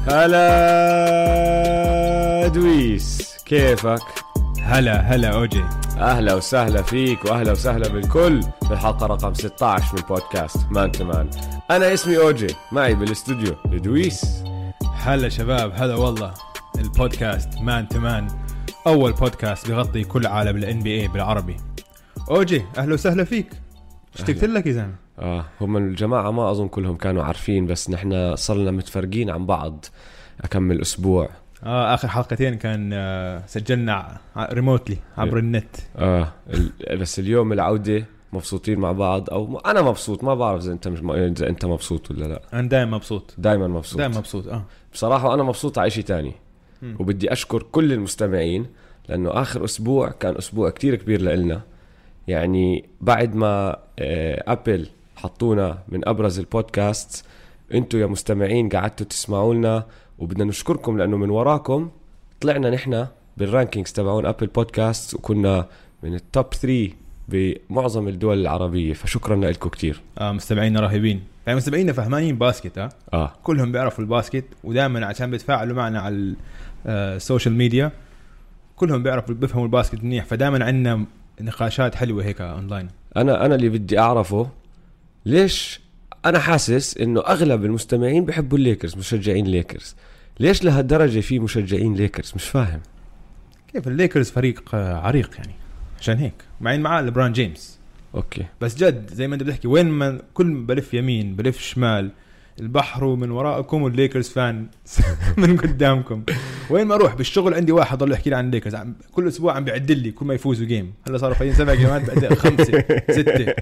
هلا دويس، كيفك؟ هلا اوجي، اهلا وسهلا فيك واهلا وسهلا بالكل في الحلقه رقم 16 من بودكاست مان تو مان. انا اسمي اوجي، معي بالاستوديو دويس. هلا شباب، هلا والله. البودكاست مان تو مان اول بودكاست بيغطي كل عالم ال NBA بالعربي. اوجي اهلا وسهلا فيك، اشتقت لك يا زلمه. هم الجماعه ما اظن كلهم كانوا عارفين، بس نحن صرنا متفرقين عن بعض أكمل أسبوع. آخر حلقتين كان سجلنا ريموتلي عبر النت. بس اليوم العودة مبسوطين مع بعض، أو أنا مبسوط. ما بعرف إذا أنت مبسوط ولا لا. أنا دائما مبسوط. دائما مبسوط. بصراحة أنا مبسوط على شيء تاني. وبدي أشكر كل المستمعين، لأنه آخر أسبوع كان أسبوع كتير كبير لإلنا. يعني بعد ما أبل حطونا من أبرز البودكاست، أنتوا يا مستمعين قعدتوا تسمعوا لنا، وبدنا نشكركم لأنه من وراكم طلعنا نحن بالرانكينجز تبعون أبل بودكاست، وكنا من التوب 3 بمعظم الدول العربية. فشكرا لكم كتير. مستمعينا رهيبين، يعني مستمعينا فهمانين باسكت. كلهم بيعرفوا الباسكت، ودائما عشان بيتفاعلوا معنا على السوشيال ميديا كلهم بيفهموا الباسكت منيح، فدائما عندنا نقاشات حلوة هيك أونلاين. أنا اللي بدي أعرفه ليش أنا حاسس إنه أغلب المستمعين بيحبوا الليكرز، مشجعين ليكرز. ليش لهالدرجة في مشجعين ليكرز؟ مش فاهم كيف. الليكرز فريق عريق يعني، عشان هيك معين معاه لبران جيمس. أوكي، بس جد زي ما أنت بتحكي، وين ما كل بلف يمين بلف شمال البحر من وراءكم، والليكرز فان من قدامكم. وين ما أروح بالشغل عندي واحد ضل يحكي لي عن الليكرز، كل أسبوع عم بيعدل لي كل ما يفوزوا جيم. هلا صاروا فايزين 7 جيمات، بعد 5 6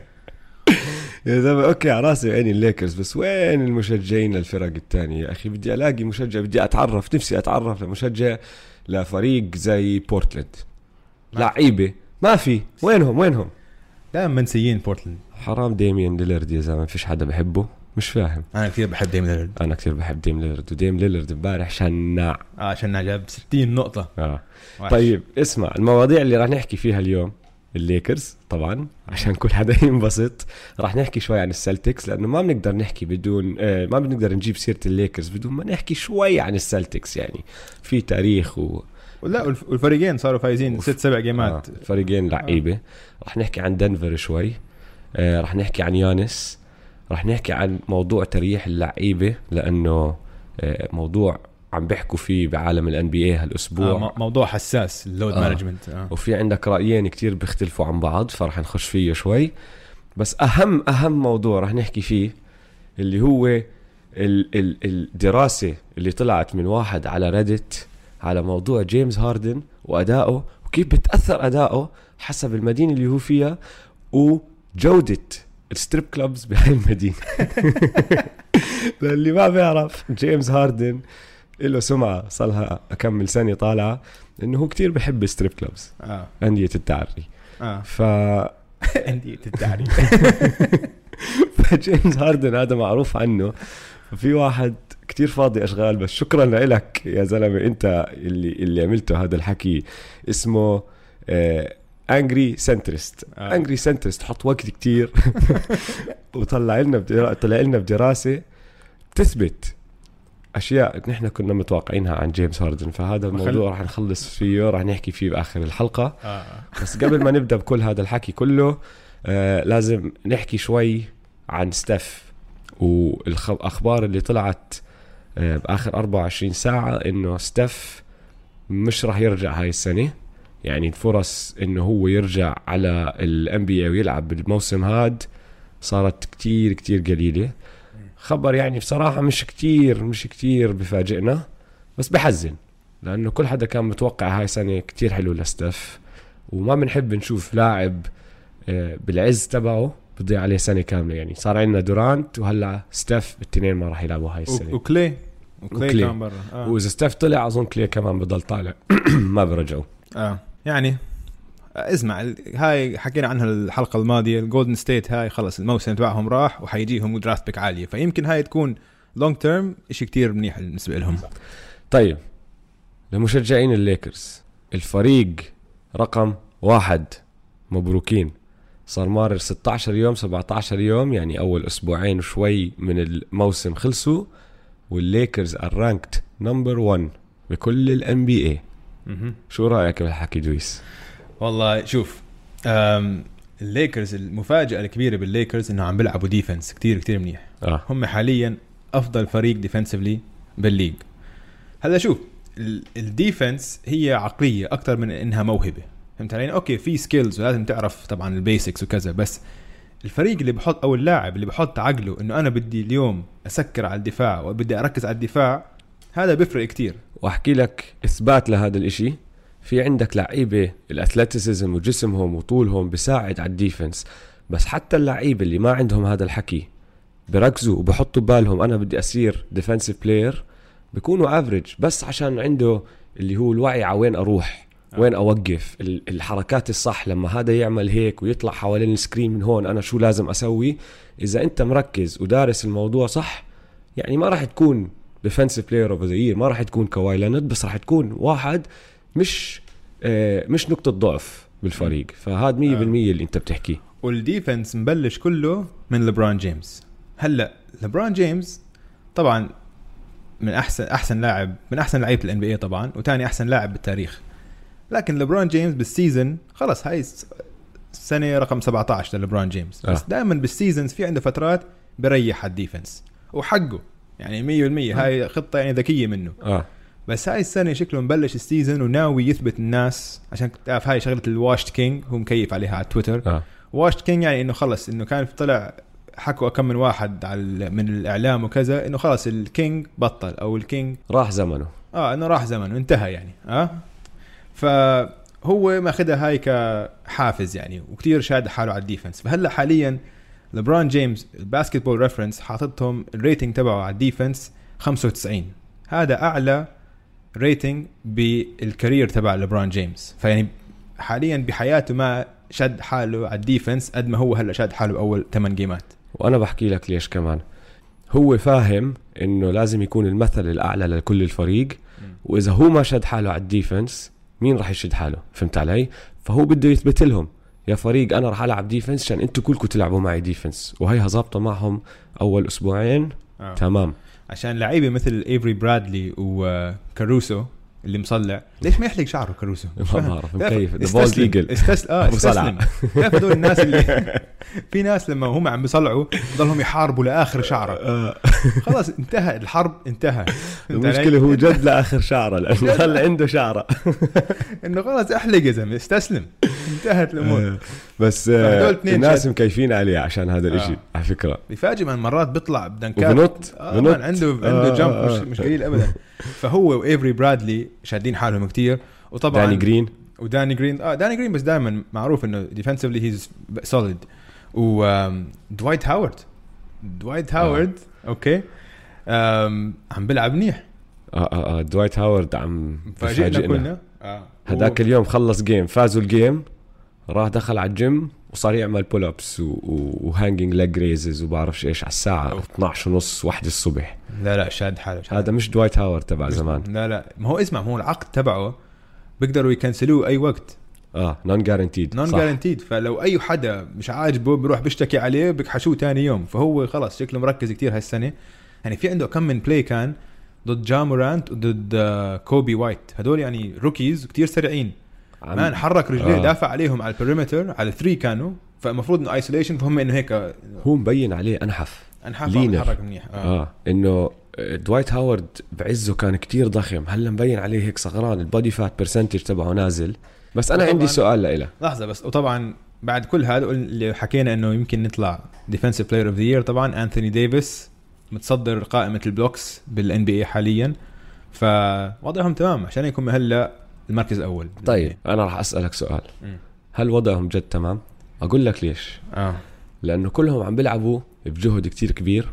يا زلمة. اوكي على راسي وعيني الليكرز، بس وين المشجعين للفرق التانية يا اخي؟ بدي الاقي مشجع، بدي اتعرف، نفسي اتعرف لمشجع لفريق زي بورتلاند. لعيبة ما في. وينهم؟ دائما منسيين بورتلاند. حرام. ديميان ليلرد يا زلمة، فيش حدا بحبه. مش فاهم. انا كثير بحب ديم ليلرد. انا كثير بحب ديم ليلرد، وديم ليلرد امبارح شناع. شناع، جاب 60 نقطة. طيب اسمع، المواضيع اللي راح نحكي فيها اليوم الليكرز طبعا، عشان كل حدا ينبسط. راح نحكي شوي عن السلتكس، لأنه ما بنقدر نحكي بدون ما بنقدر نجيب سيرة الليكرز بدون ما نحكي شوي عن السلتكس. يعني في تاريخ ولا والفريقين صاروا فايزين 6-7 جيمات. فريقين لعيبة. راح نحكي عن دنفر شوي. راح نحكي عن يانس. راح نحكي عن موضوع تريح اللعيبة، لأنه موضوع عم بيحكوا فيه بعالم ال NBA هالأسبوع. موضوع حساس، اللود مانجمنت. وفي عندك رأيين كتير بيختلفوا عن بعض، فرح نخش فيه شوي. بس أهم موضوع رح نحكي فيه اللي هو الدراسة اللي طلعت من واحد على ريدت على موضوع جيمس هاردن وأدائه، وكيف بتأثر أدائه حسب المدينة اللي هو فيها وجودة الستريب كلوبز بهاي المدينة. اللي ما بيعرف، جيمس هاردن له سمعة صلها أكمل سنة طالعة إنه هو كتير بحب ستريب كلوبز. أندية التعري. أندية التعري. فجيمس هاردن هذا معروف عنه. ففي واحد كتير فاضي أشغال، بس شكرا لك يا زلمة أنت اللي عملته هذا الحكي. اسمه أنجري سنترست. حط وقت كتير وطلع لنا بدراسة تثبت أشياء نحن كنا متوقعينها عن جيمس هاردن. فهذا الموضوع راح نخلص فيه، راح نحكي فيه بآخر الحلقة. بس قبل ما نبدأ بكل هذا الحكي كله، لازم نحكي شوي عن ستيف والأخبار اللي طلعت بآخر 24 ساعة، إنه ستيف مش راح يرجع هاي السنة. يعني الفرص إنه هو يرجع على ال NBA ويلعب بالموسم هاد صارت كتير كتير قليلة. خبر يعني بصراحة مش كتير بفاجئنا، بس بحزن، لأنه كل حدا كان متوقع هاي سنة كتير حلو لستيف، وما بنحب نشوف لاعب بالعز تبعه بضيع عليه سنة كاملة. يعني صار عندنا دورانت وهلأ ستيف، التنين ما راح يلعبوا هاي السنة. وكلي كمان برا. وإذا ستيف طلع أظن كلي كمان بضل طالع. ما برجعوا. يعني اسمع، هاي حكينا عنها الحلقة الماضية. الجولدن ستيت هاي خلص الموسم تبعهم راح، وحيجيهم درافت بيك عالية، فيمكن هاي تكون لونج تيرم إشي كتير منيح بالنسبة لهم. طيب لمشجعين الليكرز، الفريق رقم 1 مبروكين. صار مارر 16 يوم 17 يوم، يعني أول أسبوعين وشوي من الموسم خلصوا. والليكرز الرانكت نمبر 1 بكل ال NBA. شو رأيك بالحكي دويس؟ والله شوف الليكرز المفاجأة الكبيرة بالليكرز إنه عم بيلعبوا ديفنس كتير كتير منيح. هم حاليا أفضل فريق ديفنسفلي بالليج. هلا شوف الديفنس هي عقلية أكتر من إنها موهبة. فهمت علي؟ أوكي في سكيلز ولازم تعرف طبعا البيسكس وكذا، بس الفريق اللي بحط أو اللاعب اللي بحط عقله إنه أنا بدي اليوم أسكر على الدفاع وبدي أركز على الدفاع، هذا بيفرق كتير. وأحكي لك إثبات لهذا الإشي، في عندك لعيبة الأثليتيسيزم وجسمهم وطولهم بيساعد على الديفنس، بس حتى اللعيبة اللي ما عندهم هذا الحكي بركزوا وبحطوا بالهم أنا بدي أصير ديفنسيف بلاير، بيكونوا افريج بس عشان عنده اللي هو الوعي على وين أروح وين أوقف الحركات الصح. لما هذا يعمل هيك ويطلع حوالين السكرين من هون أنا شو لازم أسوي. إذا أنت مركز ودارس الموضوع صح، يعني ما راح تكون ديفنسيف بلاير اوف ذا يير، ما راح تكون كواي لينارد، بس راح تكون واحد مش نقطة ضعف بالفريق. فهذا 100% اللي انت بتحكيه. والديفنس مبلش كله من ليبرون جيمس. هلا ليبرون جيمس طبعا من احسن لاعب، من احسن لعيبه الان بي اي طبعا، وتاني احسن لاعب بالتاريخ. لكن ليبرون جيمس بالسيزن خلص هاي السنه رقم 17 لليبرون جيمس. بس دائما بالسيزنز في عنده فترات بريح الديفنس وحقه، يعني 100% هاي خطه يعني ذكيه منه. بس هاي السنه شكله مبلش السيزن وناوي يثبت الناس، عشان تعرف هاي شغله الواشت كينج، هو مكيف عليها على تويتر. واشت كينج يعني انه خلص انه كان طلع حكوا كم من واحد على من الاعلام وكذا انه خلص الكينج بطل او الكينج راح زمنه. انه راح زمنه انتهى يعني. فهو ماخذها هاي كحافز يعني، وكتير شاد حاله على الديفنس. فهلا حاليا ليبرون جيمس الباسكتبول ريفرنس حاطتهم الريتنج تبعه على الديفنس 95، هذا اعلى ريتنج بالكارير تبع ليبرون جيمس. فيعني حاليا بحياته ما شد حاله على الديفنس قد ما هو هلا شاد حاله باول 8 جيمات. وانا بحكي لك ليش كمان. هو فاهم انه لازم يكون المثل الاعلى لكل الفريق، واذا هو ما شد حاله على الديفنس مين راح يشد حاله؟ فهمت علي؟ فهو بده يثبت لهم يا فريق انا راح العب ديفنس عشان انتوا كلكم تلعبوا معي ديفنس، وهي ظابطه معهم اول اسبوعين. تمام. عشان لعيبه مثل ايفري برادلي وكاروسو اللي مصلع، ليش ما يحلق شعره كاروسو؟ ما بعرف، مكيف ذا بولد ايجل. استسلم. كيف هذول الناس اللي في ناس لما هم عم بيصلعوا ضلهم يحاربوا لاخر شعره. خلاص انتهى الحرب، انتهى. المشكله هو جد لاخر شعره لانه هلا عنده شعره انه خلاص احلق يا زلمه، استسلم، انتهت الامور. بس الناس مكيفين عليه عشان هذا الاشي. على فكره بيفاجئ من مرات بيطلع بدنكات بنط عنده جامب مش قليل ابدا. فهو وايفري برادلي شادين حالهم كتير. وطبعا داني جرين داني جرين بس دائما معروف انه ديفنسively هيز سوليد. ودوايت هاورد اوكي عم بيلعب منيح. دوايت هاورد عم فاجئنا كلنا. هداك اليوم خلص جيم، فازوا الجيم، راح دخل على الجيم وصار يعمل بول ابس وهانجينج ليج ريزز وبعرفش ايش على الساعه 12:30 1 الصبح. لا شاد حاله. هذا مش دوايت هاورد تبع زمان. لا ما هو اسمع، ما هو العقد تبعه بيقدروا يكنسلوه اي وقت. نون جارانتيد. فلو اي حدا مش عاجبه بيروح بيشتكي عليه بيكحشوه تاني يوم. فهو خلاص شكله مركز كتير هالسنه. يعني في عنده كم من بلاي كان ضد جامورانت وضد كوبي وايت، هدول يعني روكيز كتير سريعين. ما نحرك رجليه دافع عليهم على البريمتر على 3 كانوا، فالمفروض انه ايسوليشن، فهم انه هيك هو مبين عليه انحف يتحرك منيح. انه دوايت هاورد بعزه كان كتير ضخم، هلا مبين عليه هيك صغران، البودي فات برسنتج تبعه نازل. بس انا عندي سؤال لإله لحظه بس. وطبعا بعد كل هذا اللي حكينا انه يمكن نطلع ديفنسيف بلاير اوف ذا يير، طبعا انثوني ديفيس متصدر قائمه البلوكس بالان بي اي حاليا، فوضعهم تمام عشان يكون هلا المركز الاول. طيب انا راح اسالك سؤال، هل وضعهم جد تمام؟ اقول لك ليش. لانه كلهم عم بيلعبوا بجهد كتير كبير،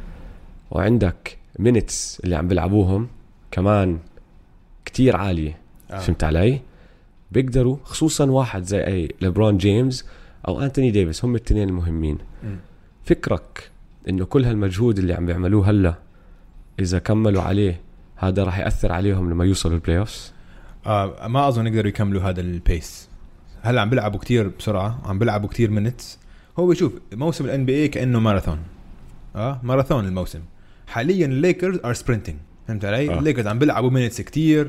وعندك مينتس اللي عم بيلعبوهم كمان كتير عاليه. فهمت علي؟ بيقدروا خصوصا واحد زي اي ليبرون جيمس او انتوني ديفيس، هم الاثنين المهمين. فكرك انه كل هالمجهود اللي عم بيعملوه هلا اذا كملوا عليه هذا راح يأثر عليهم لما يوصلوا البلاي اوفز؟ ما اظن يقدروا يكملوا هذا البيس. هلا عم بيلعبوا كتير بسرعه، عم بيلعبوا كتير مينتس. هو بيشوف موسم الان بي اي كانه ماراثون. ماراثون الموسم. حاليا الليكرز ار سبرنتينج، فهمت علي؟ الليكرز عم بيلعبوا مينتس كتير،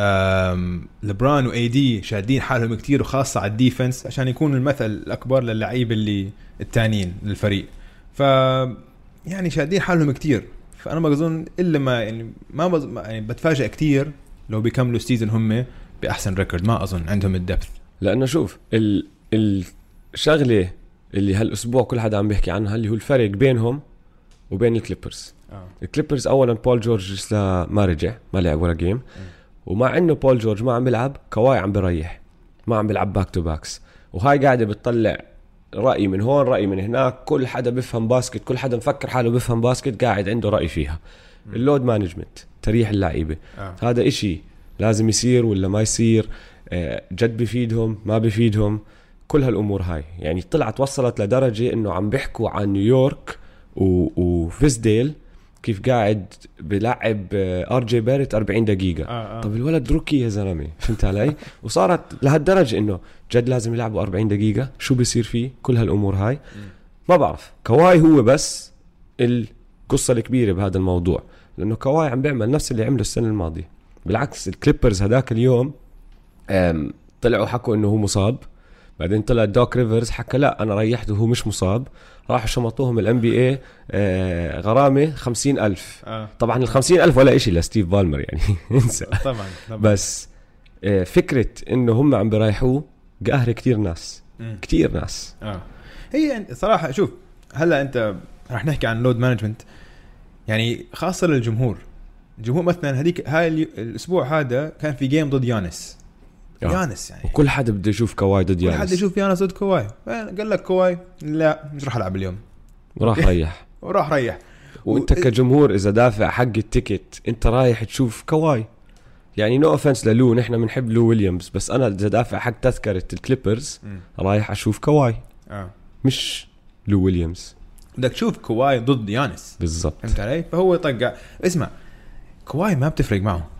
لبران واي دي شادين حالهم كتير، وخاصه على الديفنس عشان يكون المثل الاكبر للعيبه اللي التانيين للفريق. ف يعني شادين حالهم كتير، فانا ما اظن الا ما يعني يعني بتفاجئ كتير لو بيكملوا السيزون هم باحسن ريكورد. ما اظن عندهم الدبث، لانه شوف الشغله اللي هالاسبوع كل حدا عم بيحكي عنها اللي هو الفرق بينهم وبين الكليبرز. الكليبرز اولا بول جورج لسه ما رجع، ما لعب ولا جيم، ومع انه بول جورج ما عم بيلعب، كواي عم بيريح، ما عم بيلعب باك تو باكس، وهاي قاعده بتطلع رأي من هون رأي من هناك. كل حدا بيفهم باسكت، كل حدا مفكر حاله بيفهم باسكت قاعد عنده رأي فيها. اللود مانجمنت، تريح اللعيبة، هذا إشي لازم يصير ولا ما يصير، جد بيفيدهم ما بيفيدهم، كل هالأمور هاي. يعني طلعت وصلت لدرجة إنه عم بيحكوا عن نيويورك وفيسديل كيف قاعد بلعب ار جي بارت 40 دقيقة. طب الولد روكي يا زلمة، فهمت علي؟ وصارت لهالدرجة انه جد لازم يلعبوا 40 دقيقة. شو بيصير فيه؟ كل هالامور هاي ما بعرف. كواي هو بس القصة الكبيرة بهذا الموضوع، لانه كواي عم بيعمل نفس اللي عمله السنة الماضية. بالعكس الكليبرز هداك اليوم طلعوا حكوا انه هو مصاب، بعدين طلع دوك ريفرز حكى لا انا ريحته وهو مش مصاب، راحوا شمطوهم الNBA غرامة 50,000. طبعا 50,000 ولا إشي لستيف بالمر يعني انسى. طبعا. بس فكرة إنه هم عم بيريحوه قهر كتير ناس. كتير ناس. هي صراحة شوف، هلا أنت رح نحكي عن لود مانجمنت، يعني خاصة للجمهور. الجمهور مثلا هاي الأسبوع هذا كان في جيم ضد يانس يعني، وكل حدا بده يشوف كواي ضد يانس، كل حدا يشوف يانس ضد كواي. قال لك كواي لا مش رح ألعب اليوم، وراح ريح وراح ريح. وانت كجمهور اذا دافع حق التيكت انت رايح تشوف كواي، يعني نو اوفنس للو، نحن بنحب لو ويليامز، بس انا اذا دافع حق تذكرة الكليبرز رايح اشوف كواي مش لو ويليامز. بدك تشوف كواي ضد يانس بالضبط، فهمت علي؟ فهو طقع. اسمع كواي ما بتفرق معه.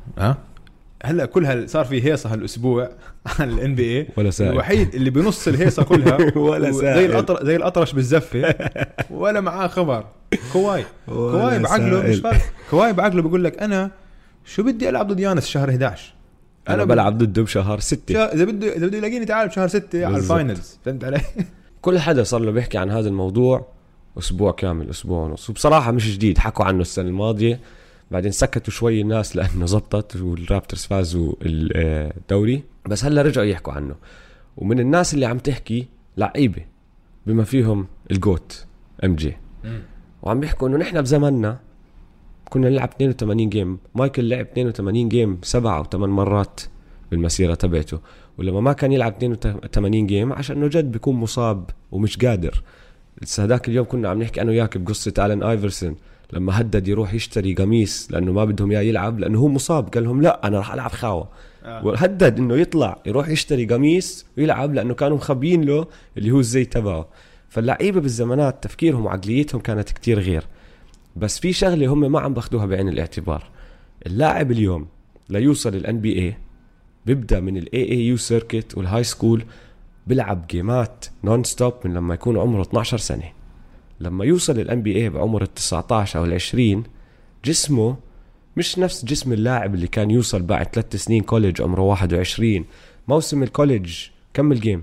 هلا كلها صار في هيصة هالاسبوع عن الNBA، الوحيد اللي بنص الهيصة كلها ولا زي الأطرش بالزفة ولا معاه خبر. كواي بعقله مش فارق. كواي بعقله بيقول لك أنا شو بدي ألعب ضد يانس شهر 11، أنا بلعب ضده بشهر 6. إذا بده يلاقيني تعال بشهر 6 على الفاينلز، فهمت علي؟ كل حدا صار له بيحكي عن هذا الموضوع أسبوع كامل، أسبوع ونص، وبصراحة مش جديد، حكوا عنه السنة الماضية، بعدين سكتوا شوي الناس لأنه زبطت والرابترز فازوا الدوري، بس هلا رجعوا يحكوا عنه. ومن الناس اللي عم تحكي لعيبة بما فيهم الجوت MJ، وعم بيحكوا إنه نحن بزمننا كنا نلعب 82 جيم. مايكل لعب 82 جيم 7 أو 8 مرات بالمسيرة تبعته، ولما ما كان يلعب 82 جيم عشان إنه جد بيكون مصاب ومش قادر. لسه هداك اليوم كنا عم نحكي أنا وياك بقصة آلن آيفرسون لما هدد يروح يشتري قميص لأنه ما بدهم إياه يلعب لأنه هو مصاب، قال لهم لا أنا راح ألعب خاوة. وهدد إنه يطلع يروح يشتري قميص ويلعب لأنه كانوا مخبين له اللي هو الزي تبعه. فاللعيبة بالزمانات تفكيرهم وعقليتهم كانت كتير غير. بس في شغلة هم ما عم باخدوها بعين الاعتبار. اللاعب اليوم ليوصل الNBA بيبدأ من AAU سيركت والهاي سكول، بيلعب جيمات نون ستوب من لما يكون عمره 12 سنة. لما يوصل الNBA بعمر 19 أو 20 جسمه مش نفس جسم اللاعب اللي كان يوصل بعد 3 سنين كوليج عمره 21. موسم الكوليج كم الجيم؟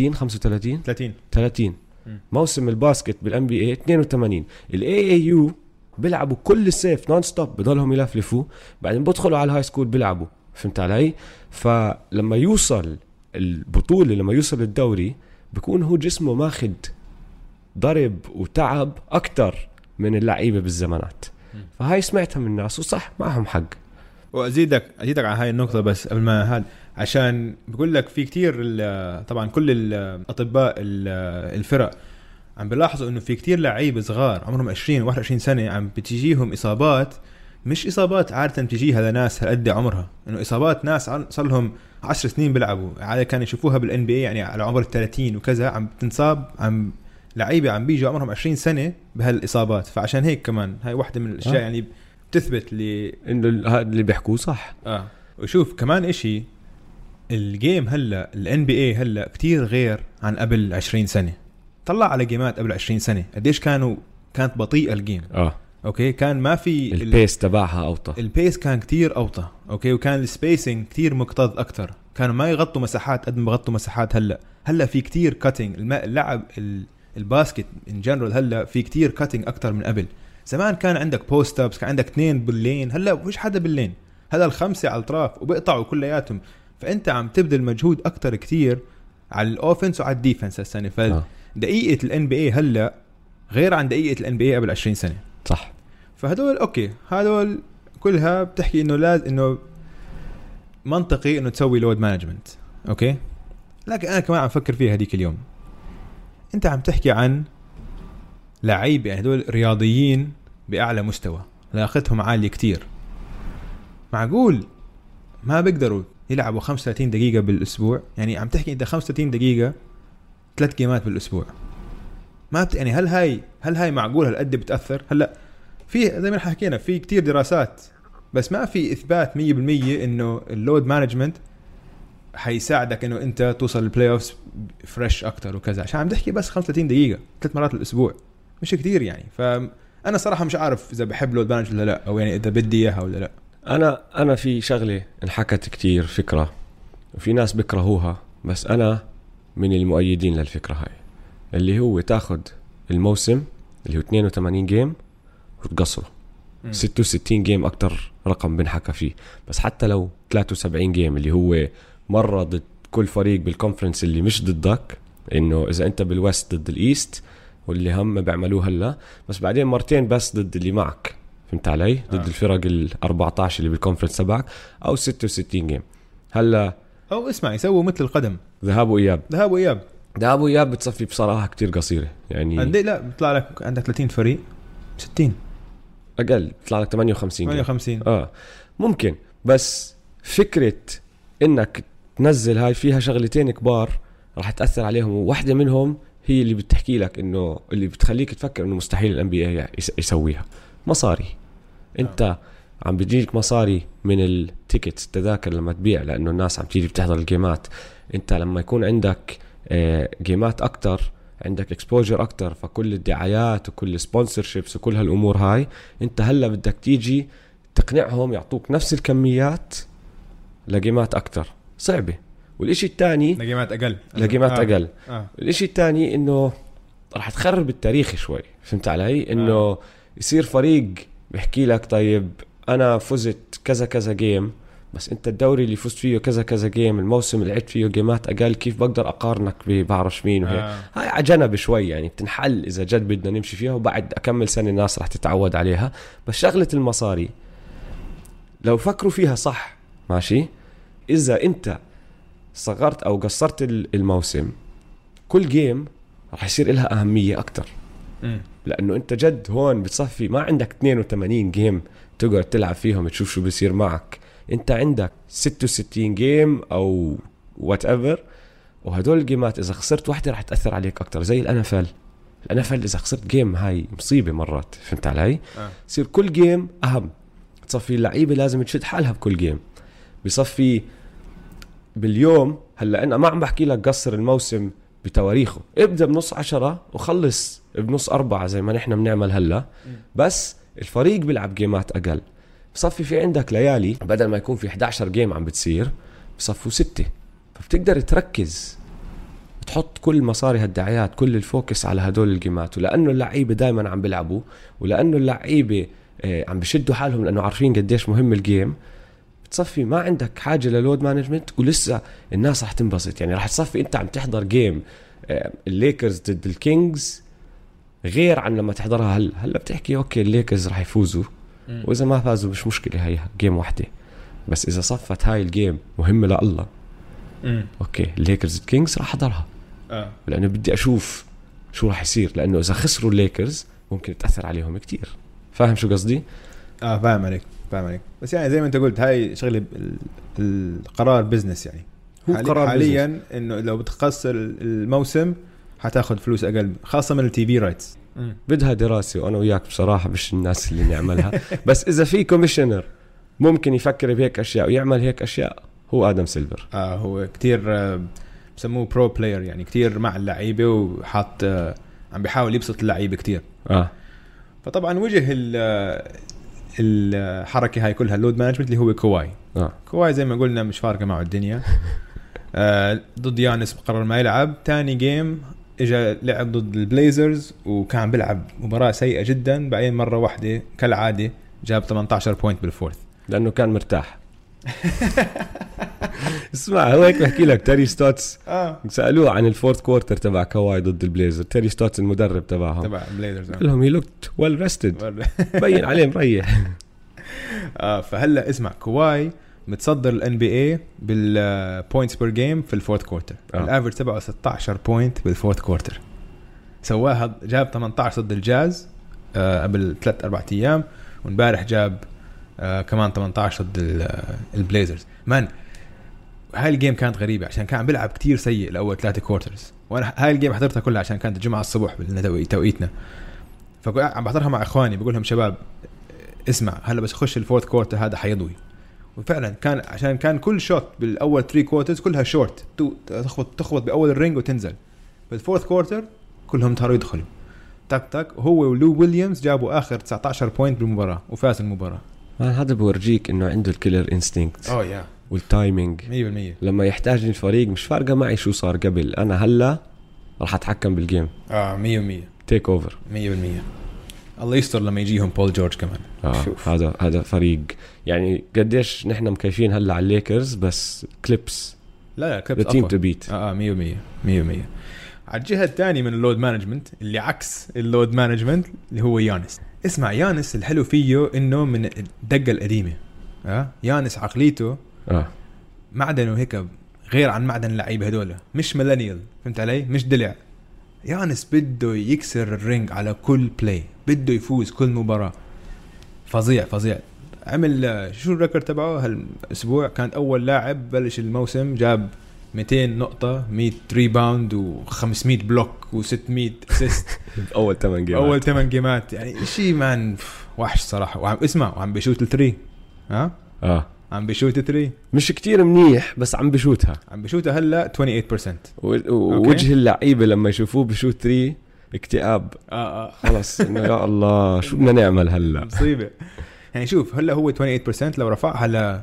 30 موسم الباسكت بالNBA 82. AAU بيلعبوا كل الصيف نون ستوب، بضلهم يلفلفوا، بعدين بدخلوا على الهاي سكول بيلعبوا، فهمت علي؟ فلما يوصل البطولة، لما يوصل الدوري، بيكون هو جسمه ماخد ضرب وتعب أكتر من اللعيبة بالزمانات. فهاي سمعتها من الناس وصح معهم حق. وأزيدك على هاي النقطة بس قبل ما هذا، عشان بقول لك في كتير طبعا كل الأطباء الفرق عم بلاحظوا إنه في كتير لعيبة صغار عمرهم 20 و 21 سنة عم بتجيهم إصابات، مش إصابات عادة بتجيها لناس هالقد عمرها، إنه إصابات ناس صار لهم 10 سنين بيلعبوا عادة كانوا يشوفوها بالNBA يعني على عمر 30 وكذا، عم تنصاب لعيبة عم بيجوا عمرهم 20 سنة بهالإصابات. فعشان هيك كمان هاي واحدة من الأشياء يعني بتثبت إنه هذا اللي بيحكوه صح. وشوف كمان إشي، الجيم هلا الNBA هلا كتير غير عن قبل 20 سنة. طلع على جيمات قبل 20 سنة قديش كانت بطيئة الجيم. اوكي كان ما في البيس تبعها اوطى، البيس كان كتير اوطى، اوكي، وكان السبيسنج كتير مكتظ اكتر، كانوا ما يغطوا مساحات قد ما بغطوا مساحات. هلا في كتير كاتينج، اللعب الباسكت ان جنرال هلا في كتير كاتينج اكتر من قبل. زمان كان عندك بوست ابس، كان عندك 2 باللين، هلا فيش حدا باللين، هلا ال5 على الاطراف وبيقطعوا كلياتهم. فانت عم تبذل مجهود اكتر كتير على الاوفنس وعلى الديفنس السنه. فدقيقه الان بي اي هلا غير عن دقيقه الان بي اي قبل 20 سنه. صح. فهدول اوكي، هدول كلها بتحكي انه لازم، انه منطقي انه تسوي لود مانجمنت، اوكي. لكن انا كمان عم فكر فيها هديك اليوم، انت عم تحكي عن لعيبه، يعني هدول رياضيين باعلى مستوى، لياقتهم عاليه كتير، معقول ما بيقدروا يلعبوا 35 دقيقه بالاسبوع؟ يعني عم تحكي انت 35 دقيقه 3 جيمات بالاسبوع، ما يعني هل هاي معقول؟ هل قد بتاثر؟ هلا في زي ما حكينا في كتير دراسات، بس ما في اثبات 100% انه اللود مانجمنت حيساعدك انه انت توصل للبلاي اوفز فريش اكتر وكذا، عشان عم تحكي بس 35 دقيقه 3 مرات بالاسبوع، مش كتير يعني. فانا صراحه مش عارف اذا بحب لود مانجمنت ولا لا، او يعني اذا بدي اياها ولا لا. انا في شغله انحكت كتير، فكره وفي ناس بيكرهوها، بس انا من المؤيدين للفكره هاي، اللي هو تاخد الموسم اللي هو 82 جيم وتقصره 66 جيم، اكتر رقم بنحكى فيه. بس حتى لو 73 جيم اللي هو مرة ضد كل فريق بالكونفرنس اللي مش ضدك، انه اذا انت بالوست ضد الايست واللي هم بيعملوه هلا، بس بعدين مرتين بس ضد اللي معك، فهمت علي؟ ضد الفرق ال14 اللي بالكونفرنس تبعك، او 66 جيم. هلا او اسمع، يسووا مثل القدم، ذهاب واياب بتصفي بصراحة كتير قصيرة يعني. عندي لا بيطلع لك عندك 30 فريق 60 اقل، بيطلع لك 58 جيم. ممكن، بس فكرة انك تنزل هاي فيها شغلتين كبار راح تأثر عليهم، وواحدة منهم هي اللي بتحكي لك انه اللي بتخليك تفكر انه مستحيل الان بي اي يسويها، مصاري. انت عم بيجيك مصاري من التيكتس، التذاكر لما تبيع، لانه الناس عم تيجي بتحضر الجيمات. انت لما يكون عندك جيمات اكتر، عندك اكسبوجر اكتر، فكل الدعايات وكل السبونسرشيبس وكل هالامور هاي، انت هلا بدك تيجي تقنعهم يعطوك نفس الكميات لجيمات اكتر، صعبة. والاشي الثاني لجيمات اقل. الاشي الثاني انه راح تخرب التاريخ شوي، فهمت علي؟ انه يصير فريق بيحكي لك طيب انا فزت كذا كذا جيم، بس انت الدوري اللي فزت فيه كذا كذا جيم، الموسم اللي لعبت فيه جيمات اقل، كيف بقدر اقارنك ببعرفش مين وهيك. هاي عجنب شوي يعني، بتنحل اذا جد بدنا نمشي فيها، وبعد اكمل سنة الناس راح تتعود عليها. بس شغلة المصاري لو فكروا فيها صح ماشي، اذا انت صغرت او قصرت الموسم، كل جيم راح يصير لها اهمية اكتر. لانه انت جد هون بتصفي ما عندك 82 جيم تقعد تلعب فيهم تشوف شو بيصير معك، انت عندك 66 جيم او whatever، وهدول الجيمات اذا خسرت واحدة راح تأثر عليك اكتر. زي الانفل اذا خسرت جيم هاي مصيبة مرات، فهمت علي؟ يصير كل جيم اهم، تصفي اللعيبة لازم تشد حالها بكل جيم. بصفي باليوم هلا انا ما عم بحكي لك قصر الموسم بتواريخه، ابدأ بنص 10 وخلص بنص 4 زي ما نحن بنعمل هلا، بس الفريق بيلعب جيمات اقل. بصفي في عندك ليالي بدل ما يكون في 11 جيم عم بتصير بصفوا 6، فبتقدر تركز تحط كل مصاري هالدعايات، كل الفوكس على هدول الجيمات. ولانه اللعيبه دائما عم بيلعبوا، ولانه اللعيبه عم بشدوا حالهم لانه عارفين قديش مهم الجيم، بتصفي ما عندك حاجه للود مانجمنت، ولسه الناس راح تنبسط. يعني راح تصفي انت عم تحضر جيم الليكرز ضد الكينجز غير عن لما تحضرها هلا بتحكي اوكي الليكرز راح يفوزوا، واذا ما فازوا مش مشكله، هي جيم واحده. بس اذا صفت هاي الجيم مهمه لله، اوكي الليكرز الكينجز راح احضرها لانه بدي اشوف شو راح يصير، لانه اذا خسروا الليكرز ممكن تاثر عليهم كتير. فاهم شو قصدي؟ فاهم عليك. بس يعني زي ما انت قلت هاي شغله القرار بزنس، يعني هو قرار حاليا انه لو بتخسر الموسم حتاخد فلوس اقل، خاصه من التي في رايتس. بدها دراسه، وانا وياك بصراحه مش الناس اللي نعملها بس اذا في كوميشنر ممكن يفكر بهيك اشياء ويعمل هيك اشياء، هو ادم سيلفر. هو كتير بسموه برو بلاير، يعني كتير مع اللعيبه وحاط عم بيحاول يبسط اللعيبه كتير. فطبعا وجه الحركه هاي كلها اللود مانجمنت اللي هو كواي. كواي زي ما قلنا مش فارقه معه الدنيا. ضد يانس قرر ما يلعب. تاني جيم اجى لعب ضد البليزرز وكان بيلعب مباراه سيئه جدا. بعدين مره واحده كالعاده جاب 18 بوينت بالفورث لانه كان مرتاح. اسمع هو هيك بحكي لك تيري ستوتس سألوه عن الفورث كوارتر تبع كواي ضد البليزر. تيري ستوتس المدرب تبعهم تبع البليزرز قال لهم هي لوكت ويل ريستد بين عليه مريح. فهلا اسمع كواي متصدر الان بي اي بالبوينتس بير جيم في الفورث كوارتر. الافرج تبعه 16 بوينت بالفورث كوارتر. سواها جاب 18 ضد الجاز قبل 3-4 ايام. وامبارح جاب كمان 18 ضد البليزرز. مان هاي الجيم كانت غريبة عشان كان بيلعب كتير سيء الأول 3 كوارترز. وأنا هاي الجيم حضرتها كلها عشان كانت الجمعة الصبح بالتوقيتنا. فعم بحضرها مع إخواني بقولهم شباب اسمع هلا بس خش الفورث كوارتر هذا حيضوي. وفعلا كان عشان كان كل شوت بالأول 3 كوارترز كلها شورت تخبط بأول الرينج وتنزل. بالفورث كوارتر كلهم تهروا يدخلوا تك تك. هو ولو ويليامز جابوا آخر 19 بوينت بالمباراة وفاز المباراة. هذا بورجيك إنه عنده الكيلر إنستينكت والتايمينج 100%. لما يحتاجني الفريق مش فارقة معي شو صار قبل. أنا هلا راح أتحكم بالجيم 100% تيك أوفر 100%. الله يستر لما يجيهم بول جورج كمان. هذا فريق يعني قديش نحن مكيفين هلا على الليكرز بس كليبس لا كليبس تيم تبيت 100%. على الجهة الثانية من اللود مانجمنت اللي عكس اللود مانجمنت اللي هو يانس. اسمع يانس الحلو فيه إنه من الدقة القديمة. يانس عقليته معدنه هيك غير عن معدن اللعيبة هدول. مش ميلينيال فهمت علي؟ مش دلع. يانس بده يكسر الرينج على كل بلاي. بده يفوز كل مباراة. فظيع. عمل شو الريكورد تبعه هالأسبوع؟ كان أول لاعب بلش الموسم جاب 200 نقطة 100 ريباوند و500 بلوك و600 اسيست أول 8 جيمات. يعني شيء مان وحش صراحة. وعم اسمع وعم بيشوت الثري. عم بيشوت 3 مش كتير منيح بس عم بيشوتها هلا 28%. ووجه اللعيبة لما يشوفوه بيشوت 3 اكتئاب. خلص انه يا الله شو بدنا نعمل هلا مصيبة. يعني شوف هلا هو 28% لو رفعها ل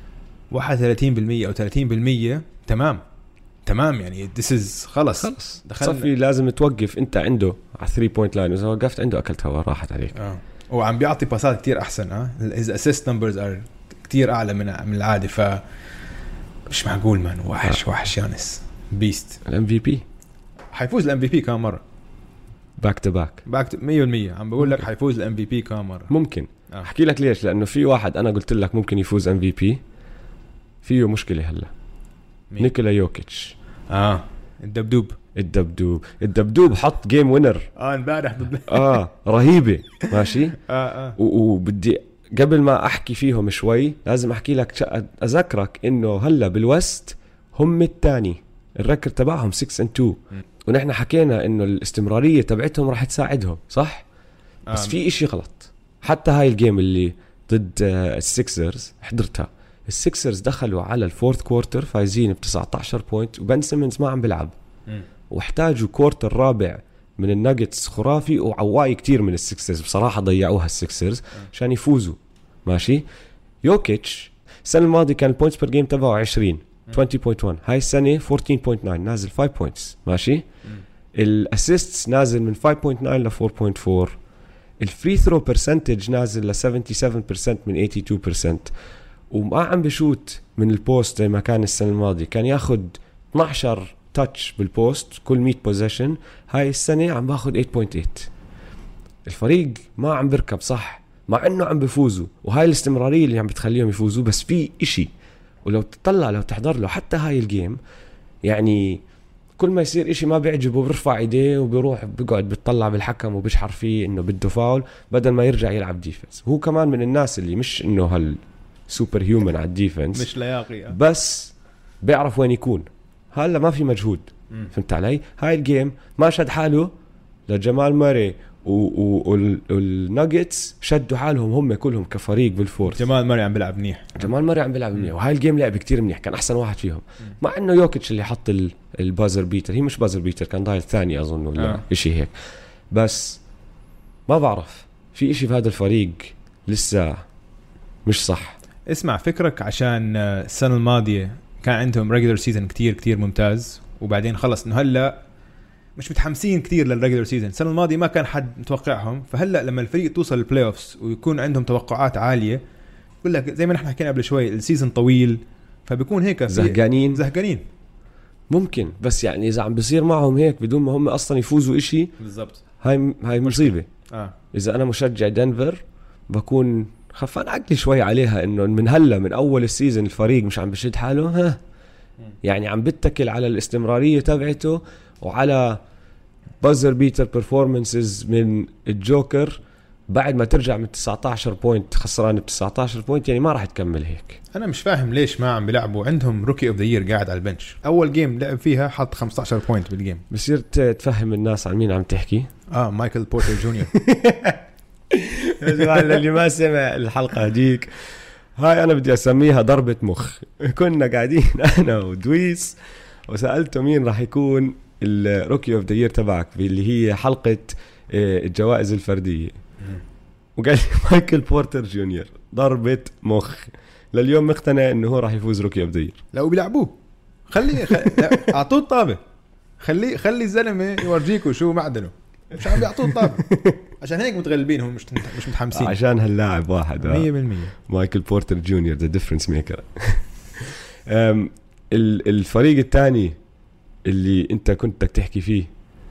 31% أو 30% تمام يعني this is خلص صفي لازم توقف انت عنده على 3 بوينت لاين. اذا وقفت عنده اكلت هوا راحت عليك. وعم بيعطي باسات كتير احسن. his assist numbers are كتير اعلى من العادة. ف مش معقول مان. وحش يانس بيست. الام في بي حيفوز الام في بي كم مرة باك تو باك 100%. عم بقول لك حيفوز الام في بي كم مرة ممكن. احكي لك ليش. لانه في واحد انا قلت لك ممكن يفوز ام في بي فيه مشكلة هلا. نيكولا يوكيتش. الدبدوب حط جيم وينر امبارح ضد رهيبة ماشي. وبدي قبل ما احكي فيهم شوي لازم احكي لك اذكرك انه هلا بالوست هم الثاني الركر تبعهم 6-2 ونحن حكينا انه الاستمرارية تبعتهم راح تساعدهم صح. بس في اشي غلط. حتى هاي الجيم اللي ضد السيكسرز حضرتها. السيكسرز دخلوا على الفورث كوارتر فايزين ب19 بوينت وبن سيمنز ما عم بيلعب. واحتاجوا كوارتر رابع من الناجتس خرافي وعواي كتير من السيكسرز بصراحة ضيعوها السيكسرز عشان يفوزوا ماشي. يوكيتش السنة الماضية كان البوينتس بير جيم تبعه 20.1. هاي السنة 14.9 نازل 5 بوينتس ماشي. الاسيستس نازل من 5.9 ل 4.4. الفري ثرو برسنتج نازل ل 77% من 82%. وما عم بشوت من البوست زي ما كان السنة الماضية. كان ياخد 12 تاتش بالبوست كل 100 بوزيشن. هاي السنة عم باخد 8.8. الفريق ما عم بركب صح مع انه عم بفوزوا. وهاي الاستمرارية اللي عم بتخليهم يفوزوا. بس في اشي ولو تطلع لو تحضر له حتى هاي الجيم يعني كل ما يصير اشي ما بيعجبه بيرفع ايديه وبيروح بيقعد بيطلع بالحكم وبيشحر فيه انه بده فاول بدل ما يرجع يلعب ديفنس. هو كمان من الناس اللي مش انه هال سوبر هيومن على الديفنس مش لياقي بس بيعرف وين يكون. هلا ما في مجهود فهمت علي. هاي الجيم ما شد حاله لجمال ماري والناجتس شدوا حالهم هم كلهم كفريق بالفورس. جمال ماري عم بيلعب منيح. وهاي الجيم لعب كتير منيح. كان أحسن واحد فيهم. مع إنه يوكيتش اللي حط البازر بيتر. هي مش بازر بيتر كان ضايل ثاني أظن ولا إشي هيك. بس ما بعرف في إشي في هذا الفريق لسه مش صح. اسمع فكرك، عشان السنة الماضية كان عندهم ريجولر سيزن كتير ممتاز، وبعدين خلص انه هلا مش متحمسين كتير للريجولر سيزن. السنة الماضية ما كان حد متوقعهم، فهلا لما الفريق توصل للبلاي اوفز ويكون عندهم توقعات عالية، بقول لك زي ما نحن حكينا قبل شوي السيزن طويل، فبيكون هيك زهقانين ممكن. بس يعني إذا عم بيصير معهم هيك بدون ما هم أصلا يفوزوا إشي بالضبط، هاي مصيبة. إذا أنا مشجع دنفر بكون خفان عقلي شوي عليها، إنه من هلا من أول السيزن الفريق مش عم بشد حاله، يعني عم بتكل على الاستمرارية تبعته وعلى بازر بيتر بيرفورمانسز من الجوكر. بعد ما ترجع من 19 بوينت خسران ب 19 بوينت، يعني ما راح تكمل هيك. انا مش فاهم ليش ما عم بيلعبوا. عندهم روكي اوف ذا يير قاعد على البنش، اول جيم لعب فيها حط 15 بوينت بالجيم. بصير تفهم الناس عن مين عم تحكي. مايكل بورتر جونيور. اللي ما سمع الحلقة هديك، هاي أنا بدي أسميها ضربة مخ. كنا قاعدين أنا ودويس وسألته مين راح يكون الروكي اوف ذا يير تبعك اللي هي حلقة الجوائز الفردية، وقال لي مايكل بورتر جونيور. ضربة مخ. لليوم مقتنع انه هو راح يفوز روكي اوف ذا يير. لو بيلعبوه اعطوه الطابة، خلي الزلمة يورجيكوا شو معدنه. مش عم بيعطوه الطابة. عشان هيك متغلبين، هم مش متحمسين عشان هاللاعب واحد 100%. مايكل بورتر جونيور ذا ديفرنس ميكر. الفريق الثاني اللي انت كنت بدك تحكي فيه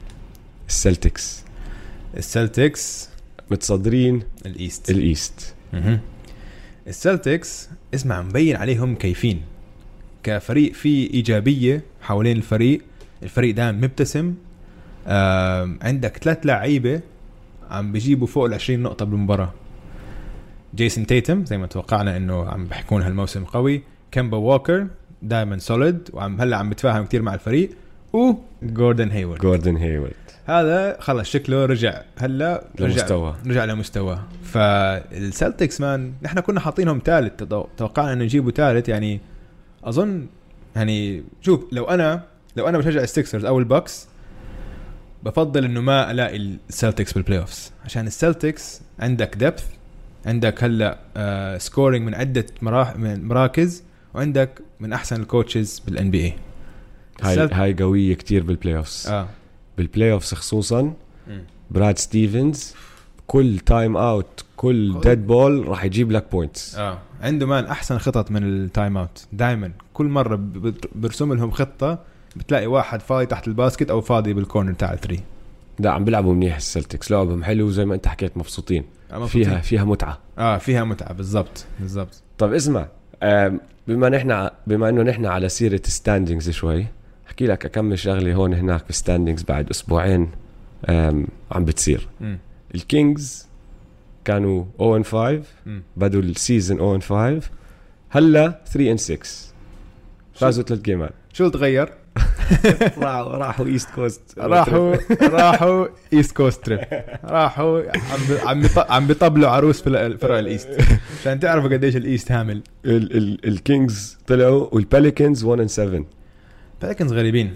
السلتكس متصدرين الايست. السلتكس اسمع مبين عليهم كيفين كفريق، في إيجابية حوالين الفريق دائما مبتسم. عندك 3 لعيبة عم بيجيبوا فوق 20 نقطة بالمباراة. جيسون تيتم زي ما توقعنا انه عم بحكون هالموسم قوي. كامبا ووكر دائما سوليد وهلا عم بتفاهم كتير مع الفريق. وجوردن هيورد هذا خلص شكله رجع لمستوى. فالسلتكس مان نحن كنا حاطينهم ثالث، توقعنا انه يجيبوا ثالث. يعني اظن يعني شوف لو انا بشجع السيكسرز او البوكس بفضل انه ما الاقي السلتكس بالبلاي اوفز، عشان السلتكس عندك دبث، عندك هلا سكورينج من عدة مراكز، وعندك من احسن الكوتشز بالان بي اي. هاي قوية كتير بالبلاي اوفز. بالبلاي اوفز خصوصا براد ستيفنز كل تايم اوت كل ديد بول راح يجيب لك بوينتس. عنده مان احسن خطط من التايم اوت. دائما كل مرة برسم لهم خطة بتلاقي واحد فاضي تحت الباسكت او فاضي بالكورنر تاع 3. ده عم بيلعبوا منيح السلتكس، لعبهم حلو زي ما انت حكيت، مبسوطين. فيها متعة. فيها متعة بالضبط. طب اسمع، بما انه نحن على سيرة ستاندينجز شوي، احكي لك اكمل شغلي هون هناك في ستاندينجز. بعد اسبوعين عم بتصير الكينجز كانوا 0-5 بدوا السيزن 0-5، هلا 3-6 فازوا 3 جيمات. شو تغير؟ راحوا ايست كوست، راحوا ايست كوست تريب. راحوا عم بيطبلوا عروس في فرع الايست عشان تعرفوا قديش الايست هامل. الكينجز طلعوا والباليكنز 1-7. باليكنز غريبين